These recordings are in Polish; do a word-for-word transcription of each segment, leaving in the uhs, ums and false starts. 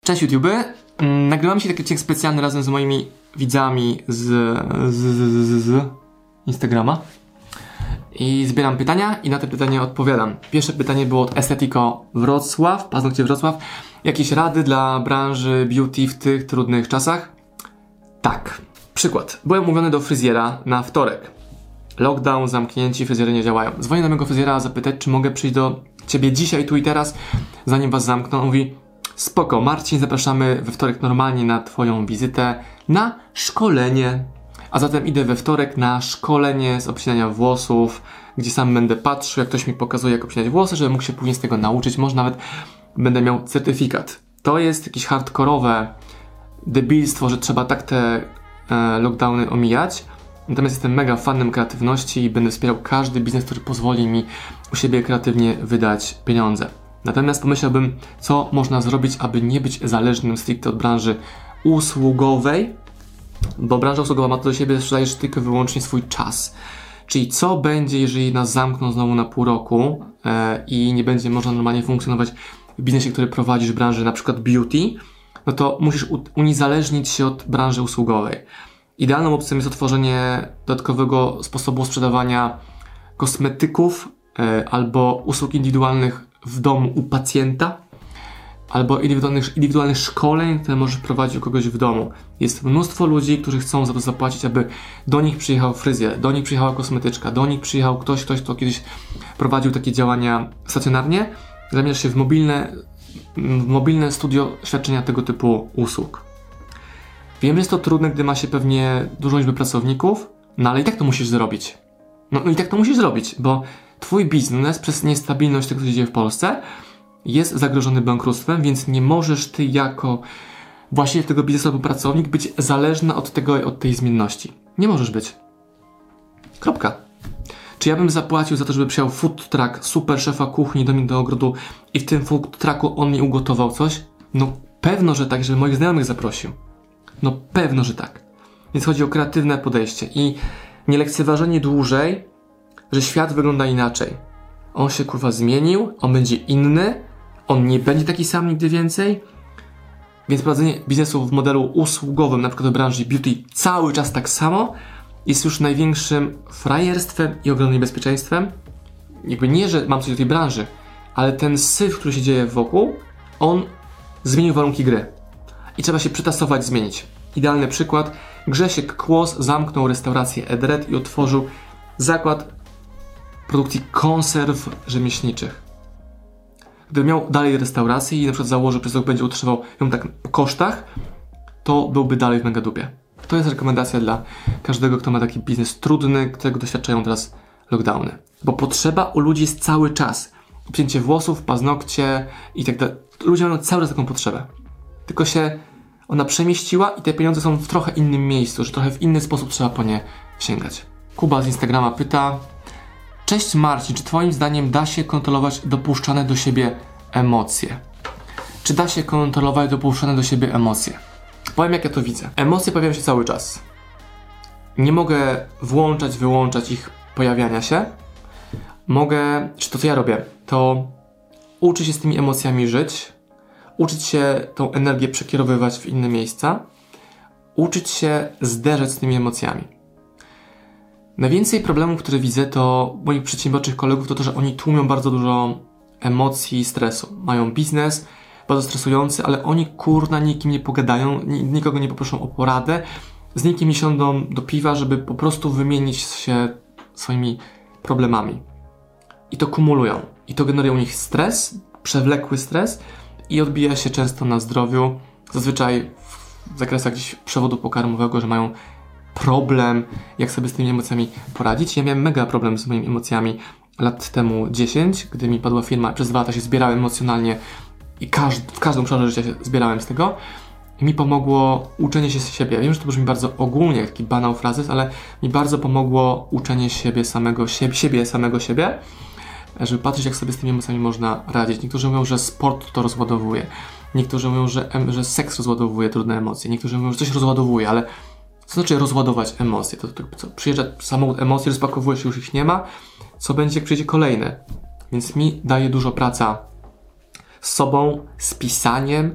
Cześć YouTube. Nagrywam się taki odcinek specjalny razem z moimi widzami z, z, z, z, z Instagrama i zbieram pytania i na te pytania odpowiadam. Pierwsze pytanie było od Estetiko Wrocław, Paznokcie Wrocław. Jakieś rady dla branży beauty w tych trudnych czasach? Tak. Przykład. Byłem umówiony do fryzjera na wtorek. Lockdown, zamknięci, fryzjery nie działają. Dzwonię do mojego fryzjera zapytać, czy mogę przyjść do ciebie dzisiaj, tu i teraz, zanim was zamkną. On mówi: spoko, Marcin, zapraszamy we wtorek normalnie na twoją wizytę na szkolenie. A zatem idę we wtorek na szkolenie z obcinania włosów, gdzie sam będę patrzył, jak ktoś mi pokazuje, jak obcinać włosy, żebym mógł się później z tego nauczyć. Może nawet będę miał certyfikat. To jest jakieś hardkorowe debilstwo, że trzeba tak te e, lockdowny omijać. Natomiast jestem mega fanem kreatywności i będę wspierał każdy biznes, który pozwoli mi u siebie kreatywnie wydać pieniądze. Natomiast pomyślałbym, co można zrobić, aby nie być zależnym stricte od branży usługowej, bo branża usługowa ma to do siebie, że sprzedajesz tylko i wyłącznie swój czas. Czyli co będzie, jeżeli nas zamkną znowu na pół roku e, i nie będzie można normalnie funkcjonować w biznesie, który prowadzisz w branży na przykład beauty, no to musisz uniezależnić się od branży usługowej. Idealną opcją jest otworzenie dodatkowego sposobu sprzedawania kosmetyków e, albo usług indywidualnych w domu u pacjenta, albo indywidualnych, indywidualnych szkoleń, które możesz prowadzić u kogoś w domu. Jest mnóstwo ludzi, którzy chcą za to zapłacić, aby do nich przyjechał fryzjer, do nich przyjechała kosmetyczka, do nich przyjechał ktoś, ktoś, kto kiedyś prowadził takie działania stacjonarnie. Zamieniasz się w mobilne, w mobilne studio świadczenia tego typu usług. Wiem, że jest to trudne, gdy ma się pewnie dużą liczbę pracowników, no ale i tak to musisz zrobić. No, no i tak to musisz zrobić, bo twój biznes przez niestabilność tego, co się dzieje w Polsce, jest zagrożony bankructwem, więc nie możesz ty jako właściciel tego biznesu albo pracownik być zależna od tego, od tej zmienności. Nie możesz być. Kropka. Czy ja bym zapłacił za to, żeby przyjechał food truck super szefa kuchni do mnie do ogrodu i w tym food trucku on mi ugotował coś? No pewno, że tak, żeby moich znajomych zaprosił. No pewno, że tak. Więc chodzi o kreatywne podejście i nie lekceważenie dłużej, że świat wygląda inaczej. On się kurwa zmienił, on będzie inny, on nie będzie taki sam nigdy więcej, więc prowadzenie biznesu w modelu usługowym, na przykład w branży beauty, cały czas tak samo, jest już największym frajerstwem i ogromnym niebezpieczeństwem. Jakby nie, że mam coś do tej branży, ale ten syf, który się dzieje wokół, on zmienił warunki gry. I trzeba się przytasować, zmienić. Idealny przykład. Grzesiek Kłos zamknął restaurację Edred i otworzył zakład produkcji konserw rzemieślniczych. Gdyby miał dalej restaurację i na przykład założył, że przez rok będzie utrzymywał ją tak po kosztach, to byłby dalej w mega dupie. To jest rekomendacja dla każdego, kto ma taki biznes trudny, którego doświadczają teraz lockdowny. Bo potrzeba u ludzi jest cały czas. Obcięcie włosów, paznokcie i tak dalej. Ludzie mają cały czas taką potrzebę. Tylko się ona przemieściła i te pieniądze są w trochę innym miejscu, że trochę w inny sposób trzeba po nie sięgać. Kuba z Instagrama pyta: cześć Marcin, czy twoim zdaniem da się kontrolować dopuszczane do siebie emocje? Czy da się kontrolować dopuszczane do siebie emocje? Powiem, jak ja to widzę. Emocje pojawiają się cały czas. Nie mogę włączać, wyłączać ich pojawiania się. Mogę, czy to co ja robię, to uczyć się z tymi emocjami żyć, uczyć się tą energię przekierowywać w inne miejsca, uczyć się zderzać z tymi emocjami. Najwięcej problemów, które widzę, to moich przedsiębiorczych kolegów, to to, że oni tłumią bardzo dużo emocji i stresu. Mają biznes bardzo stresujący, ale oni kurna nikim nie pogadają, nikogo nie poproszą o poradę, z nikim nie siądą do piwa, żeby po prostu wymienić się swoimi problemami. I to kumulują. I to generuje u nich stres, przewlekły stres i odbija się często na zdrowiu. Zazwyczaj w zakresach gdzieś przewodu pokarmowego, że mają problem, jak sobie z tymi emocjami poradzić. Ja miałem mega problem z moimi emocjami lat temu dziesięć, gdy mi padła firma, przez dwa lata się zbierałem emocjonalnie i każd w każdym obszarze życia się zbierałem z tego. I mi pomogło uczenie się z siebie. Wiem, że to brzmi bardzo ogólnie, taki banał frazes, ale mi bardzo pomogło uczenie siebie samego siebie, siebie samego siebie, żeby patrzeć, jak sobie z tymi emocjami można radzić. Niektórzy mówią, że sport to rozładowuje. Niektórzy mówią, że, że seks rozładowuje trudne emocje. Niektórzy mówią, że coś rozładowuje, ale co znaczy rozładować emocje? To, to, to co? Przyjeżdża samochód emocji, rozpakowuje się, już ich nie ma. Co będzie, jak przyjdzie kolejne? Więc mi daje dużo praca z sobą, z pisaniem,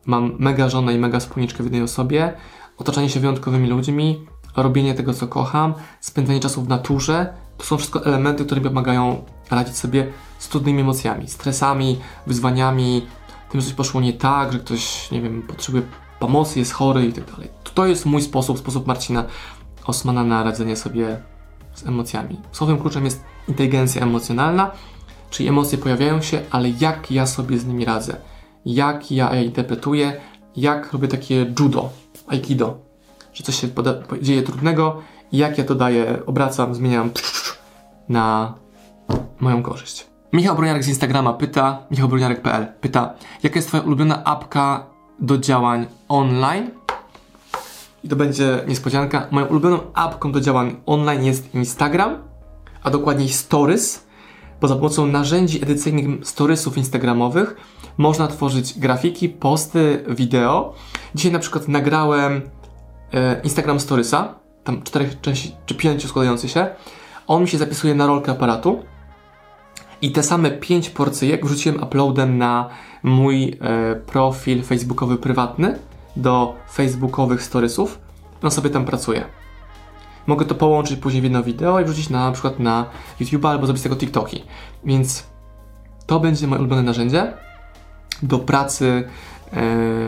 mam mega żonę i mega wspólniczkę w jednej osobie, otaczanie się wyjątkowymi ludźmi, robienie tego, co kocham, spędzanie czasu w naturze, to są wszystko elementy, które mi pomagają radzić sobie z trudnymi emocjami, stresami, wyzwaniami, tym, że coś poszło nie tak, że ktoś, nie wiem, potrzebuje pomocy, jest chory i tak dalej. To jest mój sposób, sposób Marcina Osmana na radzenie sobie z emocjami. Słowem kluczem jest inteligencja emocjonalna, czyli emocje pojawiają się, ale jak ja sobie z nimi radzę, jak ja je interpretuję, jak robię takie judo, aikido, że coś się poda- dzieje trudnego i jak ja to daję, obracam, zmieniam na moją korzyść. Michał Broniarek z Instagrama pyta, michał broniarek kropka p l pyta, jaka jest twoja ulubiona apka do działań online? I to będzie niespodzianka. Moją ulubioną apką do działań online jest Instagram, a dokładniej Stories, bo za pomocą narzędzi edycyjnych storiesów instagramowych można tworzyć grafiki, posty, wideo. Dzisiaj na przykład nagrałem e, Instagram Storiesa, tam czterech części, czy pięciu składający się. On mi się zapisuje na rolkę aparatu i te same pięć porcyjek wrzuciłem uploadem na mój e, profil facebookowy prywatny do facebookowych storiesów. On sobie tam pracuje. Mogę to połączyć później w jedno wideo i wrzucić na, na przykład na YouTube'a albo zrobić z tego TikToki. Więc to będzie moje ulubione narzędzie do pracy e,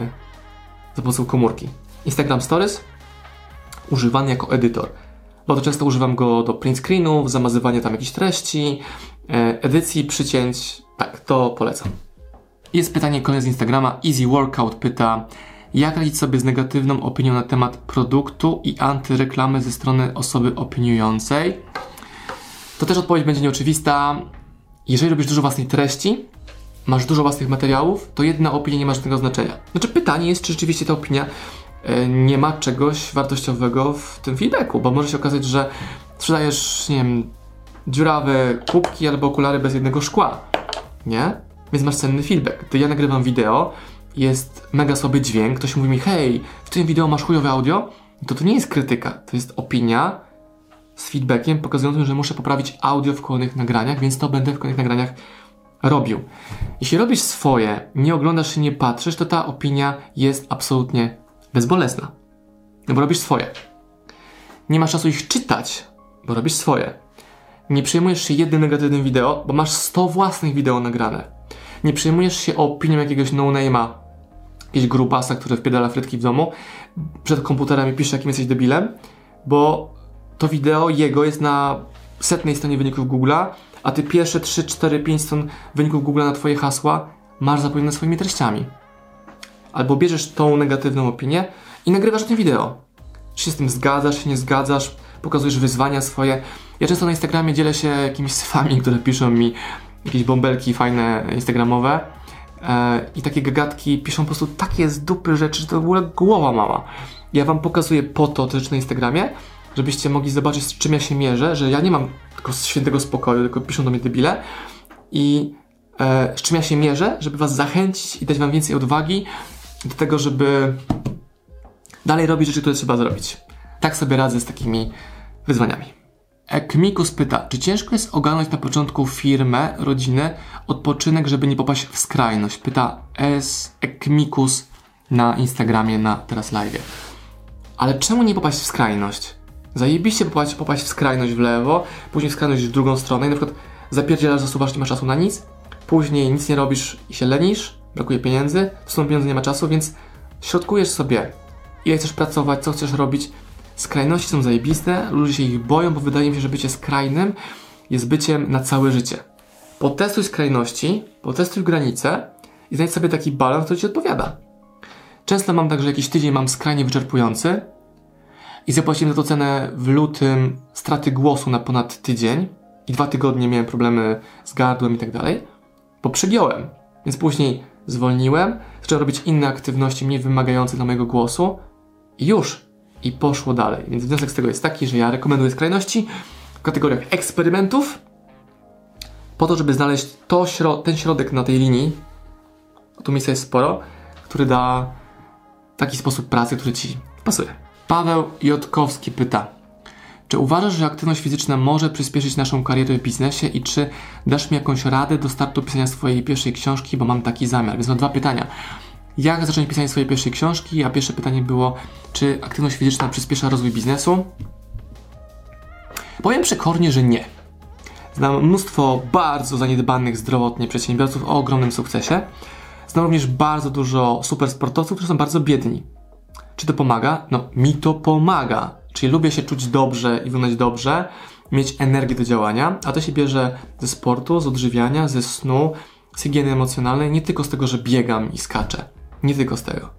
za pomocą komórki. Instagram Stories używany jako edytor. Bardzo często używam go do print screenów, zamazywania tam jakichś treści, e, edycji, przycięć. Tak, to polecam. Jest pytanie kolejne z Instagrama. Easy Workout pyta, jak radzić sobie z negatywną opinią na temat produktu i antyreklamy ze strony osoby opiniującej? To też odpowiedź będzie nieoczywista. Jeżeli robisz dużo własnej treści, masz dużo własnych materiałów, to jedna opinia nie ma żadnego znaczenia. Znaczy pytanie jest, czy rzeczywiście ta opinia e, nie ma czegoś wartościowego w tym feedbacku, bo może się okazać, że sprzedajesz, nie wiem, dziurawe kubki albo okulary bez jednego szkła, nie? Więc masz cenny feedback. Gdy ja nagrywam wideo, jest mega słaby dźwięk, ktoś mówi mi, hej, w tym wideo masz chujowe audio, to to nie jest krytyka, to jest opinia z feedbackiem pokazującym, że muszę poprawić audio w kolejnych nagraniach, więc to będę w kolejnych nagraniach robił. Jeśli robisz swoje, nie oglądasz się, nie patrzysz, to ta opinia jest absolutnie bezbolesna, no bo robisz swoje. Nie masz czasu ich czytać, bo robisz swoje. Nie przejmujesz się jednym negatywnym wideo, bo masz sto własnych wideo nagrane. Nie przejmujesz się opinią jakiegoś no-name'a, jakiegoś grubasa, który wpierdala frytki w domu, przed komputerem i pisze, jakim jesteś debilem, bo to wideo jego jest na setnej stronie wyników Google'a, a ty pierwsze trzy, cztery, pięć stron wyników Google'a na twoje hasła masz zapełnione swoimi treściami. Albo bierzesz tą negatywną opinię i nagrywasz tym wideo. Czy się z tym zgadzasz, się nie zgadzasz, pokazujesz wyzwania swoje. Ja często na Instagramie dzielę się jakimiś sfami, które piszą mi jakieś bąbelki fajne instagramowe e, i takie gagatki piszą po prostu takie z dupy rzeczy, że to w ogóle głowa mała. Ja wam pokazuję po to te rzeczy na Instagramie, żebyście mogli zobaczyć, z czym ja się mierzę, że ja nie mam tylko świętego spokoju, tylko piszą do mnie debile i e, z czym ja się mierzę, żeby was zachęcić i dać wam więcej odwagi do tego, żeby dalej robić rzeczy, które trzeba zrobić. Tak sobie radzę z takimi wyzwaniami. Ekmikus pyta, czy ciężko jest ogarnąć na początku firmę, rodzinę, odpoczynek, żeby nie popaść w skrajność? Pyta S. Ekmikus na Instagramie na teraz live. Ale czemu nie popaść w skrajność? Zajebiście popaść, popaść w skrajność w lewo, później w skrajność w drugą stronę i na przykład zapierdzielasz, zasuwasz, nie masz czasu na nic, później nic nie robisz i się lenisz, brakuje pieniędzy, to są pieniądze, nie ma czasu, więc środkujesz sobie, ile chcesz pracować, co chcesz robić. Skrajności są zajebiste, ludzie się ich boją, bo wydaje mi się, że bycie skrajnym jest byciem na całe życie. Potestuj skrajności, potestuj granice i znajdź sobie taki balans, który ci odpowiada. Często mam tak, że jakiś tydzień mam skrajnie wyczerpujący i zapłaciłem za to cenę w lutym straty głosu na ponad tydzień i dwa tygodnie miałem problemy z gardłem i tak dalej, bo przegiąłem. Więc później zwolniłem, zacząłem robić inne aktywności mniej wymagające dla mojego głosu i już. I poszło dalej. Więc wniosek z tego jest taki, że ja rekomenduję skrajności w kategoriach eksperymentów po to, żeby znaleźć to śro- ten środek na tej linii, tu miejsca jest sporo, który da taki sposób pracy, który ci pasuje. Paweł Jotkowski pyta, czy uważasz, że aktywność fizyczna może przyspieszyć naszą karierę w biznesie i czy dasz mi jakąś radę do startu pisania swojej pierwszej książki, bo mam taki zamiar? Więc mam dwa pytania. Jak zacząć pisanie swojej pierwszej książki? A pierwsze pytanie było, czy aktywność fizyczna przyspiesza rozwój biznesu? Powiem przekornie, że nie. Znam mnóstwo bardzo zaniedbanych zdrowotnie przedsiębiorców o ogromnym sukcesie. Znam również bardzo dużo super sportowców, którzy są bardzo biedni. Czy to pomaga? No, mi to pomaga. Czyli lubię się czuć dobrze i wyglądać dobrze, mieć energię do działania, a to się bierze ze sportu, z odżywiania, ze snu, z higieny emocjonalnej, nie tylko z tego, że biegam i skaczę. Nie tylko z tego.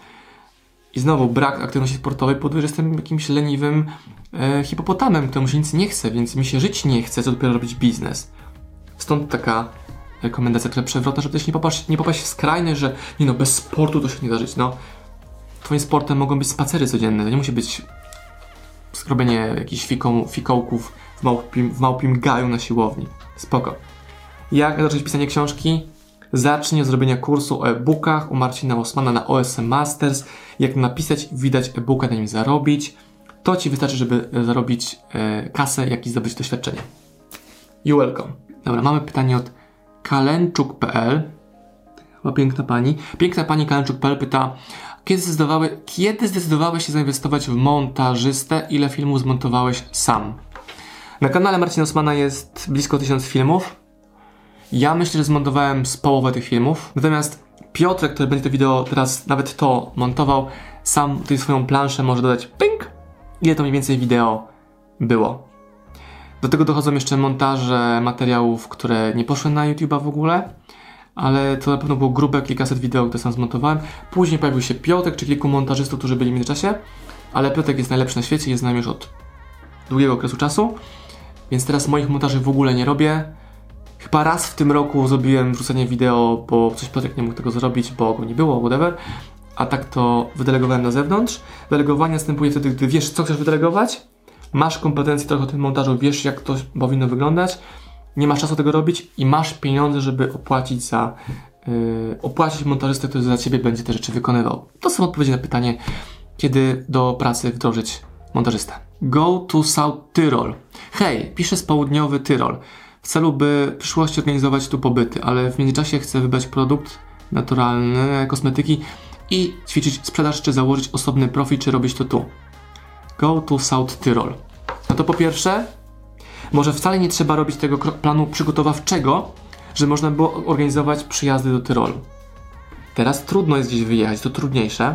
I znowu, brak aktywności sportowej powoduje, że jestem jakimś leniwym e, hipopotamem, któremu się nic nie chce, więc mi się żyć nie chce, co dopiero robić biznes. Stąd taka rekomendacja trochę przewrotna, żeby też nie popaść, nie popaść w skrajność, że nie no, bez sportu to się nie da żyć. No, twoim sportem mogą być spacery codzienne, to nie musi być skrobienie jakichś fiko, fikołków w małpim, w małpim gaju na siłowni. Spoko. Jak zacząć pisanie książki? Zacznij od zrobienia kursu o e-bookach u Marcina Osmana na O S M Masters. Jak napisać, widać e-booka, na nim zarobić. To Ci wystarczy, żeby zarobić e, kasę, jak i zdobyć doświadczenie. You welcome. Dobra, mamy pytanie od kalenczuk kropka p l. Chyba piękna pani. Piękna pani kalenczuk kropka p l pyta, kiedy, zdecydowały, kiedy zdecydowałeś się zainwestować w montażystę? Ile filmów zmontowałeś sam? Na kanale Marcina Osmana jest blisko tysiąc filmów. Ja myślę, że zmontowałem z połowę tych filmów. Natomiast Piotrek, który będzie to wideo teraz nawet to montował, sam tutaj swoją planszę może dodać ping, ile to mniej więcej wideo było. Do tego dochodzą jeszcze montaże materiałów, które nie poszły na YouTube'a w ogóle, ale to na pewno było grube kilkaset wideo, które sam zmontowałem. Później pojawił się Piotrek, czy kilku montażystów, którzy byli w międzyczasie, ale Piotrek jest najlepszy na świecie, jest z nami już od długiego okresu czasu, więc teraz moich montaży w ogóle nie robię. Chyba raz w tym roku zrobiłem wrzucenie wideo, bo coś Piotrek nie mógł tego zrobić, bo go nie było, whatever. A tak to wydelegowałem na zewnątrz. Delegowanie następuje wtedy, gdy wiesz, co chcesz wydelegować, masz kompetencje trochę o tym montażu, wiesz, jak to powinno wyglądać, nie masz czasu tego robić i masz pieniądze, żeby opłacić za yy, opłacić montażystę, który za Ciebie będzie te rzeczy wykonywał. To są odpowiedzi na pytanie, kiedy do pracy wdrożyć montażystę. Go to South Tyrol. Hej, piszę z południowy Tyrol. W celu, by w przyszłości organizować tu pobyty, ale w międzyczasie chcę wybrać produkt naturalny, kosmetyki i ćwiczyć sprzedaż, czy założyć osobny profil, czy robić to tu. Go to South Tyrol. No to po pierwsze, może wcale nie trzeba robić tego planu przygotowawczego, że można było organizować przyjazdy do Tyrolu. Teraz trudno jest gdzieś wyjechać, to trudniejsze.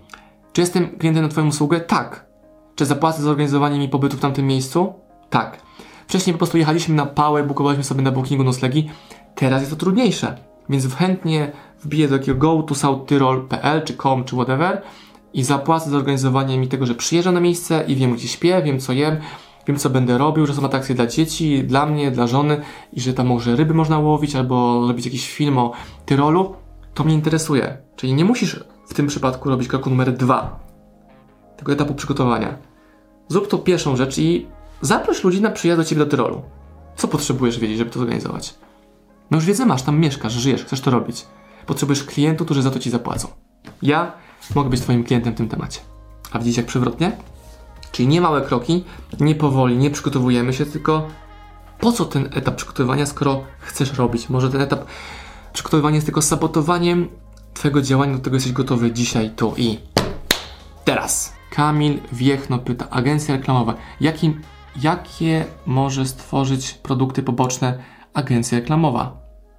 Czy jestem klientem na Twoją usługę? Tak. Czy zapłacę za zorganizowanie mi pobytu w tamtym miejscu? Tak. Wcześniej po prostu jechaliśmy na pałę, bukowaliśmy sobie na bookingu noclegi. Teraz jest to trudniejsze. Więc chętnie wbiję do takiego go to south tyrol kropka p l czy com czy whatever i zapłacę za organizowanie mi tego, że przyjeżdżam na miejsce i wiem, gdzie śpię, wiem, co jem, wiem, co będę robił, że są atrakcje dla dzieci, dla mnie, dla żony i że tam może ryby można łowić albo robić jakiś film o Tyrolu. To mnie interesuje. Czyli nie musisz w tym przypadku robić kroku numer dwa tego etapu przygotowania. Zrób to pierwszą rzecz i zaproś ludzi na przyjazd do Ciebie do Tyrolu. Co potrzebujesz wiedzieć, żeby to zorganizować? No już wiedzę masz, tam mieszkasz, żyjesz, chcesz to robić. Potrzebujesz klientów, którzy za to Ci zapłacą. Ja mogę być Twoim klientem w tym temacie. A widzicie jak przewrotnie? Czyli nie małe kroki, nie powoli, nie przygotowujemy się, tylko po co ten etap przygotowywania, skoro chcesz robić? Może ten etap przygotowywania jest tylko sabotowaniem Twojego działania, do tego jesteś gotowy dzisiaj, tu i teraz. Kamil Wiechno pyta, agencja reklamowa. Jakim, jakie może stworzyć produkty poboczne agencja reklamowa?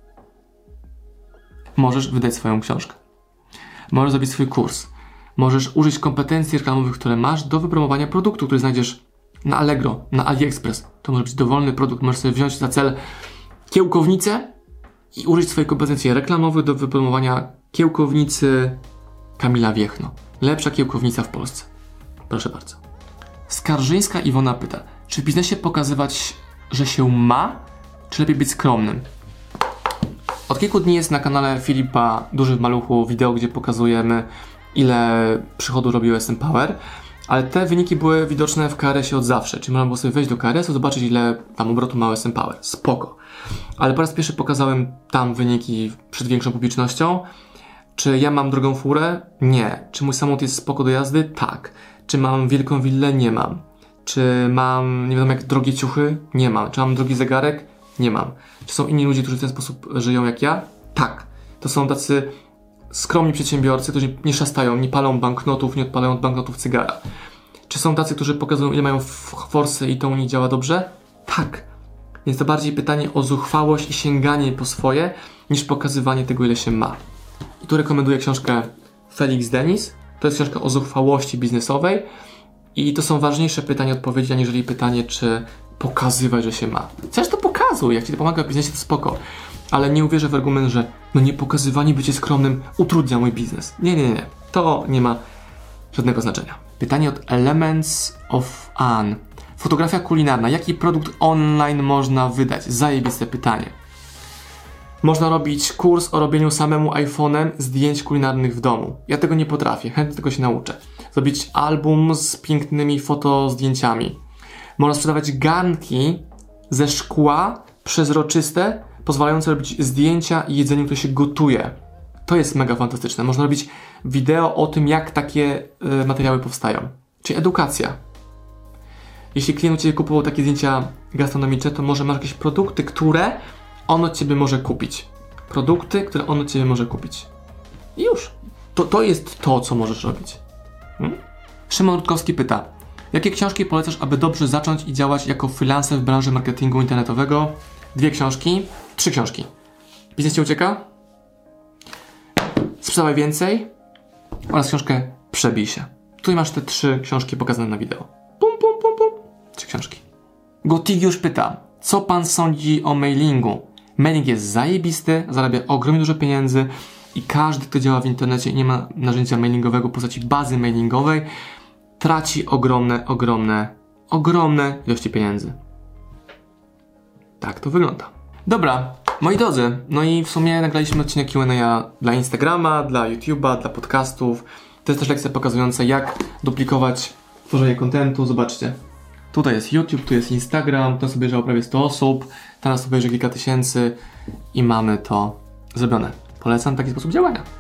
Możesz wydać swoją książkę. Możesz zrobić swój kurs. Możesz użyć kompetencji reklamowych, które masz do wypromowania produktu, który znajdziesz na Allegro, na AliExpress. To może być dowolny produkt. Możesz sobie wziąć za cel kiełkownicę i użyć swoich kompetencji reklamowych do wypromowania kiełkownicy Kamila Wiechno. Lepsza kiełkownica w Polsce. Proszę bardzo. Skarżyńska Iwona pyta, czy w biznesie pokazywać, że się ma, czy lepiej być skromnym? Od kilku dni jest na kanale Filipa Duży w Maluchu wideo, gdzie pokazujemy, ile przychodu robił S M Power, ale te wyniki były widoczne w K R S ie od zawsze, czyli można było sobie wejść do K R S u, zobaczyć, ile tam obrotu ma S M Power. Spoko. Ale po raz pierwszy pokazałem tam wyniki przed większą publicznością. Czy ja mam drogą furę? Nie. Czy mój samochód jest spoko do jazdy? Tak. Czy mam wielką willę? Nie mam. Czy mam, nie wiadomo jak, drogie ciuchy? Nie mam. Czy mam drogi zegarek? Nie mam. Czy są inni ludzie, którzy w ten sposób żyją jak ja? Tak. To są tacy skromni przedsiębiorcy, którzy nie szastają, nie palą banknotów, nie odpalają od banknotów cygara? Czy są tacy, którzy pokazują, ile mają forsy i to u nich działa dobrze? Tak. Więc to bardziej pytanie o zuchwałość i sięganie po swoje, niż pokazywanie tego, ile się ma. I tu rekomenduję książkę Felix Denis. To jest książka o zuchwałości biznesowej. I to są ważniejsze pytania, odpowiedzi, aniżeli pytanie, czy pokazywać, że się ma. Chcesz, to pokazuj. Jak ci to pomaga w biznesie, to spoko. Ale nie uwierzę w argument, że no nie pokazywanie, bycie skromnym utrudnia mój biznes. Nie, nie, nie. To nie ma żadnego znaczenia. Pytanie od Elements of Anne. Fotografia kulinarna. Jaki produkt online można wydać? Zajebiste pytanie. Można robić kurs o robieniu samemu iPhone'em zdjęć kulinarnych w domu. Ja tego nie potrafię, chętnie tego się nauczę. Zrobić album z pięknymi fotozdjęciami. Można sprzedawać garnki ze szkła przezroczyste, pozwalające robić zdjęcia i jedzeniu, które się gotuje. To jest mega fantastyczne. Można robić wideo o tym, jak takie y, materiały powstają. Czyli edukacja. Jeśli klient u Ciebie kupował takie zdjęcia gastronomiczne, to może masz jakieś produkty, które on od Ciebie może kupić. Produkty, które on od Ciebie może kupić. I już. To, to jest to, co możesz robić. Hmm? Szymon Rutkowski pyta, jakie książki polecasz, aby dobrze zacząć i działać jako freelancer w branży marketingu internetowego? Dwie książki, trzy książki. Biznes Cię ucieka? Sprzedawaj więcej oraz książkę Przebij się. Tu masz te trzy książki pokazane na wideo. Pum, pum, pum, pum. Trzy książki. Gotigiusz pyta, co pan sądzi o mailingu? Mailing jest zajebisty, zarabia ogromnie dużo pieniędzy i każdy, kto działa w internecie i nie ma narzędzia mailingowego w postaci bazy mailingowej, traci ogromne, ogromne, ogromne ilości pieniędzy. Tak to wygląda. Dobra, moi drodzy, no i w sumie nagraliśmy odcinek Q and A dla Instagrama, dla YouTube'a, dla podcastów. To jest też lekcja pokazująca, jak duplikować tworzenie kontentu. Zobaczcie. Tutaj jest YouTube, tu jest Instagram, to sobie obejrzało prawie sto osób, teraz obejrzy kilka tysięcy i mamy to zrobione. Polecam taki sposób działania.